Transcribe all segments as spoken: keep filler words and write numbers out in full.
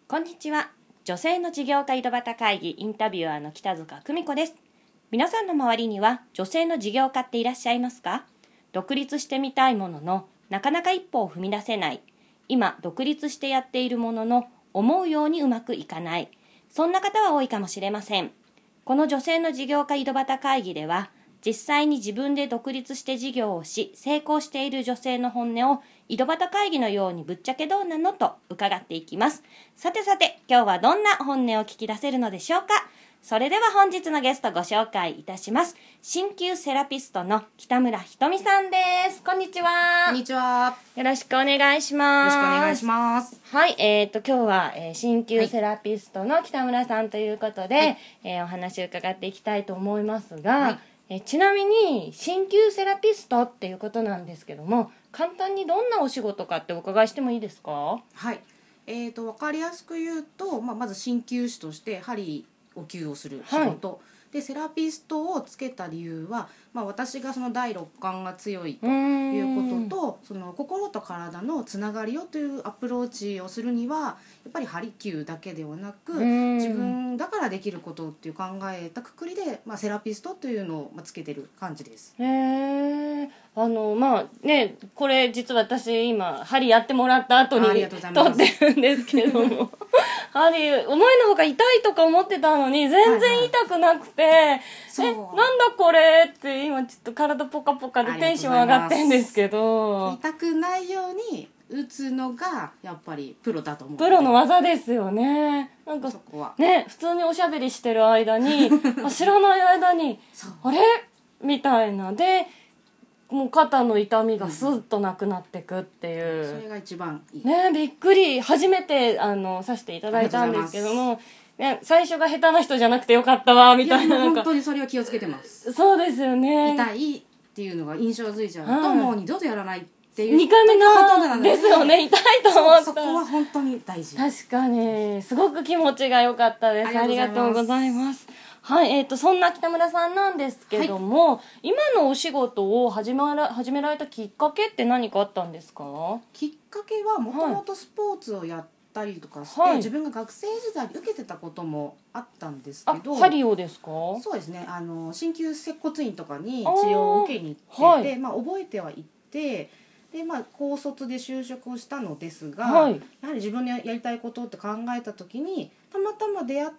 こんにちは。女性の事業家井戸端会議インタビュアーの北塚久美子です。皆さんの周りには女性の事業家っていらっしゃいますか？独立してみたいもののなかなか一歩を踏み出せない、今独立してやっているものの思うようにうまくいかない、そんな方は多いかもしれません。この女性の事業家井戸端会議では、実際に自分で独立して事業をし成功している女性の本音を井戸端会議のようにぶっちゃけどうなのと伺っていきます。さてさて、今日はどんな本音を聞き出せるのでしょうか。それでは本日のゲストご紹介いたします。鍼灸セラピストの北村ひとみさんです。こんにちは。 こんにちは。 よろしくお願いします。 よろしくお願いします。 はい、えーと今日は、えー、鍼灸セラピストの北村さんということで、はい、えー、お話を伺っていきたいと思いますが、はい、えちなみに鍼灸セラピストっていうことなんですけども、簡単にどんなお仕事かってお伺いしてもいいですか？ はい、えーと分かりやすく言うと、まあ、まず鍼灸師として針お灸をする仕事、はい、でセラピストをつけた理由は、まあ、私がその第六感が強いということと、その心と体のつながりをというアプローチをするにはやっぱり針灸だけではなく、自分だからできることっていう考えたくくりで、まあ、セラピストというのをつけてる感じです。 へー、あのまあね、これ実は私今針やってもらった後に撮ってるんですけども針前の方が痛いとか思ってたのに全然痛くなくて、はいはい、えなんだこれって今ちょっと体ポカポカでテンション上がってんですけど、 痛くないように打つのがやっぱりプロだと思う。 プロの技ですよね。なんかそこはね、普通におしゃべりしてる間に知らない間にあれみたいなで、もう肩の痛みがスッとなくなってくっていう、 うん、それが一番いいね。びっくり、初めてあのさせていただいたんですけども、ね、最初が下手な人じゃなくてよかったわみたいな。 いや本当にそれは気をつけてます。 そうですよね。 痛いっていうのが印象づいちゃうと、はい、もう二度とやらないっていうにかいめのですよね。痛いと思った。 そこは本当に大事。 確かにすごく気持ちが良かったです。ありがとうございます。はい、えーと、そんな北村さんなんですけども、はい、今のお仕事を始めら、始められたきっかけって何かあったんですか？ きっかけはもともとスポーツをやったりとかして、はい、自分が学生時代に受けてたこともあったんですけど。 あ、針をですか？ そうですね、あの鍼灸接骨院とかに治療を受けに行ってて、はい、まあ、覚えてはいってで、まあ、高卒で就職をしたのですが、はい、やはり自分のやりたいことって考えた時にたまたま出会った、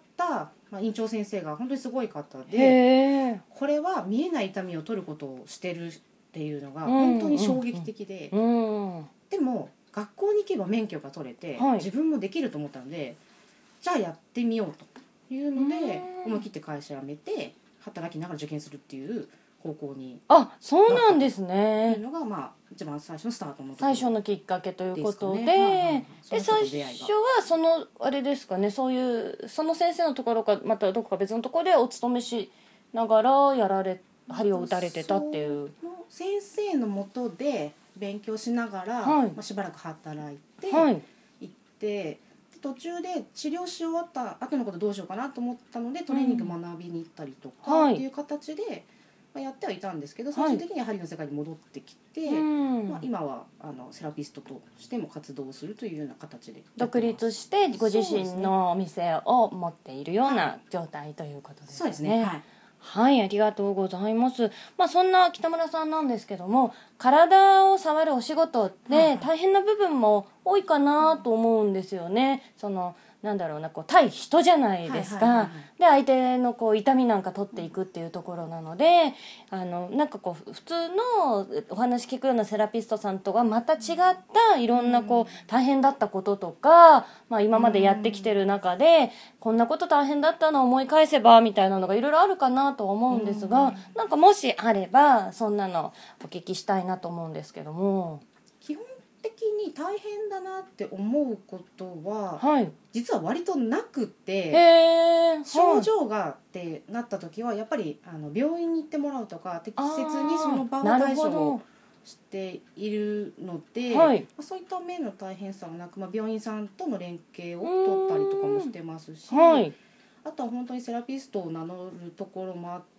まあ、院長先生が本当にすごい方で、これは見えない痛みを取ることをしてるっていうのが本当に衝撃的で、うんうんうん、でも学校に行けば免許が取れて、はい、自分もできると思ったので、じゃあやってみようというので思い切って会社辞めて働きながら受験するっていう方向に。 あ、そうなんですね。 っていうのが、まあ、一番最初のスタートの最初のきっかけということで、で最初はそのあれですかね、そういうその先生のところかまたどこか別のところでお勤めしながらやられ針を打たれてたっていう。 その先生の下で勉強しながら、はい、まあ、しばらく働いて、はい、行って途中で治療し終わった後のことどうしようかなと思ったのでトレーニング学びに行ったりとかっていう形で、はい、まあ、やってはいたんですけど、最終的には針の世界に戻ってきて、はい、まあ、今はあのセラピストとしても活動するというような形で独立してご自身のお店を持っているような状態ということですね。 そうですね、はい、 はい、ありがとうございます。まあ、そんな北村さんなんですけども、体を触るお仕事って大変な部分も多いかなと思うんですよね。そのなんだろうな、こう対人じゃないですか、はいはいはいはい、で相手のこう痛みなんか取っていくっていうところなので、あのなんかこう普通のお話聞くようなセラピストさんとはまた違ったいろんなこう大変だったこととか、まあ、今までやってきてる中でこんなこと大変だったのを思い返せばみたいなのがいろいろあるかなと思うんですが、なんかもしあればそんなのお聞きしたいなと思うんですけども。 基本的に大変だなって思うことは、 はい、 実は割となくて、 へー、 症状がってなった時はやっぱりあの病院に行ってもらうとか適切にその場を対処をしているので、はい、まあ、そういった面の大変さはなく、まあ、病院さんとの連携を取ったりとかもしてますし、はい、あとは本当にセラピストを名乗るところもあって、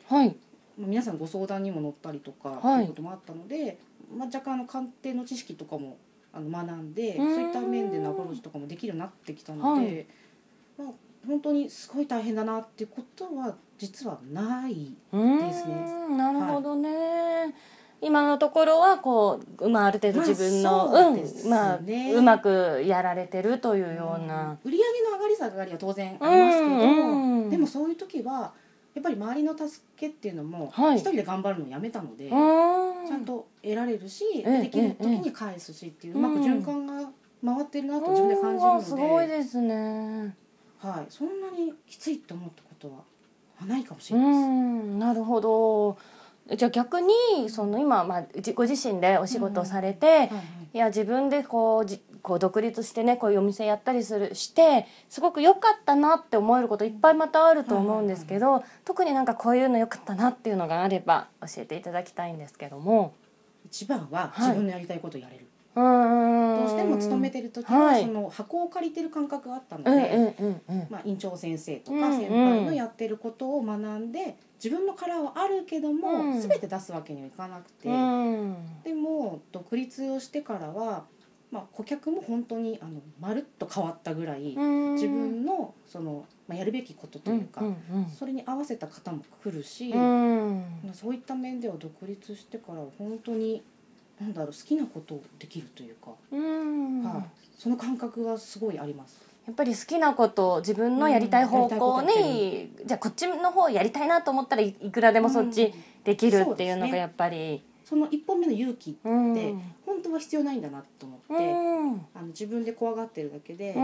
はい、皆さんご相談にも乗ったりとか、はい、ということもあったので、まあ、若干の鑑定の知識とかもあの学んで、 うん、 そういった面でのアプローチとかもできるようになってきたので、はい、まあ、本当にすごい大変だなっていうことは実はないですね。 なるほどね、はい、今のところはこう、まあ、ある程度自分の、 まあそうですね、 うん、まあ、うまくやられてるというような、 うん、売り上げの上がり下がりは当然ありますけど、 うんうん、 でもそういう時はやっぱり周りの助けっていうのも一人で頑張るのをやめたので、はい、ちゃんと得られるし、できる時に返すしっていう、うまく循環が回ってるなと自分で感じるので、 すごいですね。 はい、そんなにきついと思ったことはないかもしれないです。 うん、なるほど。じゃあ逆にその今、まあ、ご自身でお仕事をされて、うんはいはい、いや自分でこうじこう独立してねこういうお店やったりするしてすごく良かったなって思えることいっぱいまたあると思うんですけど、はいはいはい、特になんかこういうの良かったなっていうのがあれば教えていただきたいんですけども。 一番は自分のやりたいことをやれる、 はい、 どうしても勤めてる時は、はい、その箱を借りてる感覚があったので、うんうんうんうん、まあ、院長先生とか先輩のやってることを学んで、自分の殻はあるけども、うん、全て出すわけにはいかなくて、うん、でも独立をしてからは、まあ、顧客も本当にあのまるっと変わったぐらい、うん、自分のその、まあ、やるべきことというか、うんうんうん、それに合わせた方も来るし、うん、そういった面では独立してから本当になんだろう、好きなことをできるというか、うん、はあ、その感覚がすごいあります。 やっぱり好きなこと自分のやりたい方向に、うん、じゃあこっちの方やりたいなと思ったらいくらでもそっちできるっていうのがやっぱり、うん そ, ね、 その一本目の勇気って本当は必要ないんだなと思って、うん、あの自分で怖がってるだけで、うん、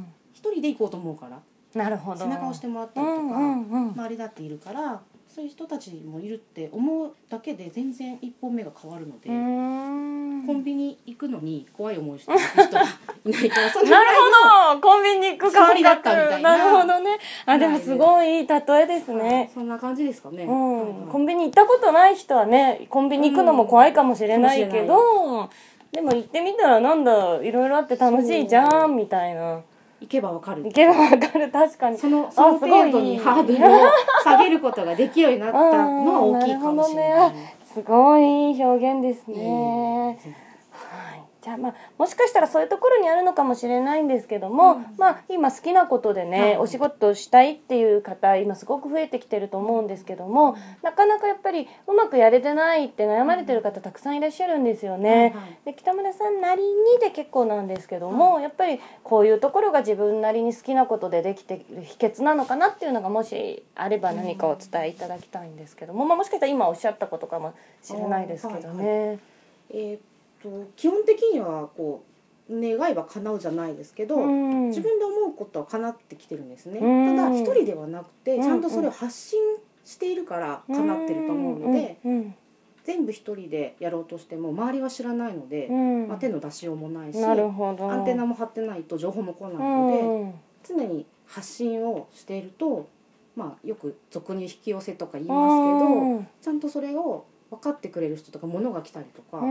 一人で行こうと思うから、 なるほど、 背中を押してもらったりとか、うんうんうん、周りだっているからそういう人たちもいるって思うだけで全然一本目が変わるので、うーん、コンビニ行くのに怖い思いしてる人がいないからそのなるほど、コンビニ行く感覚だったみたいな。 なるほどね。あ、でもすごいいい例えですね。 そんな感じですかね、 うん、コンビニ行ったことない人はねコンビニ行くのも怖いかもしれないけど、うん、でも行ってみたらなんだいろいろあって楽しいじゃんみたいな。 行けばわかる。 行けばわかる、確かに。 そのその程度にハードルを下げることができるようになったのは大きいかもしれない。 ね、すごいいい表現ですね。はい。じゃあまあもしかしたらそういうところにあるのかもしれないんですけども、うん、まあ今好きなことでね、うん、お仕事をしたいっていう方今すごく増えてきてると思うんですけども、うん、なかなかやっぱりうまくやれてないって悩まれてる方たくさんいらっしゃるんですよね。で北村さんなりにで結構なんですけども、やっぱりこういうところが自分なりに好きなことでできている秘訣なのかなっていうのがもしあれば何かお伝えいただきたいんですけども、まあ、もしかしたら今おっしゃったことかもしれないですけどね。はいはい、 えー基本的にはこう願いは叶うじゃないですけど、うん、自分で思うことは叶ってきてるんですね、うん、ただ一人ではなくてちゃんとそれを発信しているから叶ってると思うので、うんうん、全部一人でやろうとしても周りは知らないので、うんまあ、手の出しようもないしアンテナも張ってないと情報も来ないので、うん、常に発信をしていると、まあ、よく俗に引き寄せとか言いますけど、うん、ちゃんとそれを分かってくれる人とか物が来たりとか、うん、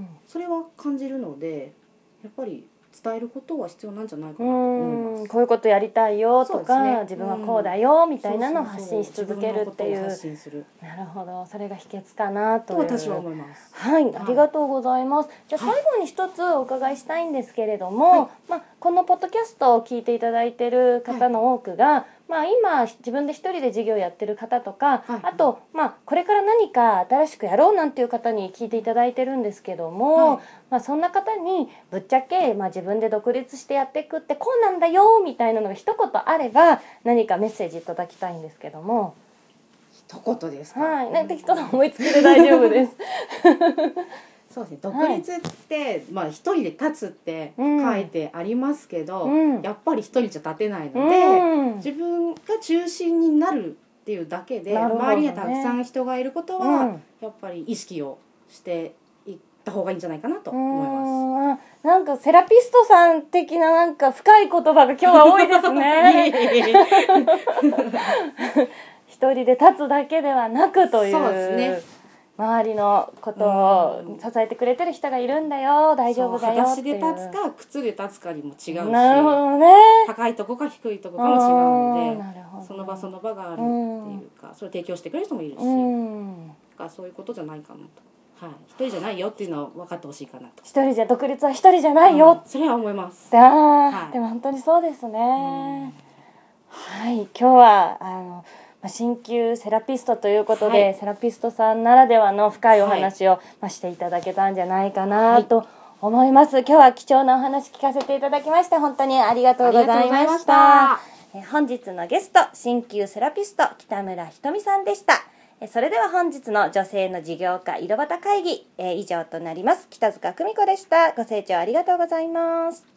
それは感じるのでやっぱり伝えることは必要なんじゃないかなと思います。 こういうことやりたいよとか、ね、自分はこうだよみたいなのを発信し続けるっていう。なるほど、それが秘訣かなという。 と私は思います。 はい、ありがとうございます。じゃあ最後に一つお伺いしたいんですけれども、はい、まあこのポッドキャストを聞いていただいている方の多くが、はい、まあ、今自分で一人で事業をやってる方とか、はい、あと、まあ、これから何か新しくやろうなんていう方に聞いていただいてるんですけども、はい、まあ、そんな方にぶっちゃけ、まあ、自分で独立してやっていくってこうなんだよみたいなのが一言あれば何かメッセージいただきたいんですけども。 一言ですか？ はい、ね、適当な思いつきで大丈夫ですそうですね、独立って、はい、まあ一人で立つって書いてありますけど、うん、やっぱり一人じゃ立てないので、うん、自分が中心になるっていうだけで、ね、周りにはたくさん人がいることは、うん、やっぱり意識をしていった方がいいんじゃないかなと思います。 なんかセラピストさん的ななんか深い言葉が今日は多いですね一人で立つだけではなくという、そうですね、周りのことを支えてくれてる人がいるんだよ、大丈夫だよっていう。 裸足で立つか靴で立つかにも違うし、 なるほど、ね、 高いとこか低いとこかも違うので、その場その場があるっていうか、それを提供してくれる人もいるし、うん、だからそういうことじゃないかなと。 はい、一人じゃないよっていうのは分かってほしいかなと。 一人じゃ独立は一人じゃないよ、 うん、それは思います。 あ、 はい、 でも本当にそうですね。はい、今日はあの鍼灸セラピストということで、はい、セラピストさんならではの深いお話を、はい、まあ、していただけたんじゃないかなと思います、はい、今日は貴重なお話聞かせていただきまして本当にありがとうございました。え本日のゲスト鍼灸セラピスト北村ひとみさんでした。それでは本日の女性の事業家井戸端会議、えー、以上となります。北塚久美子でした。ご清聴ありがとうございます。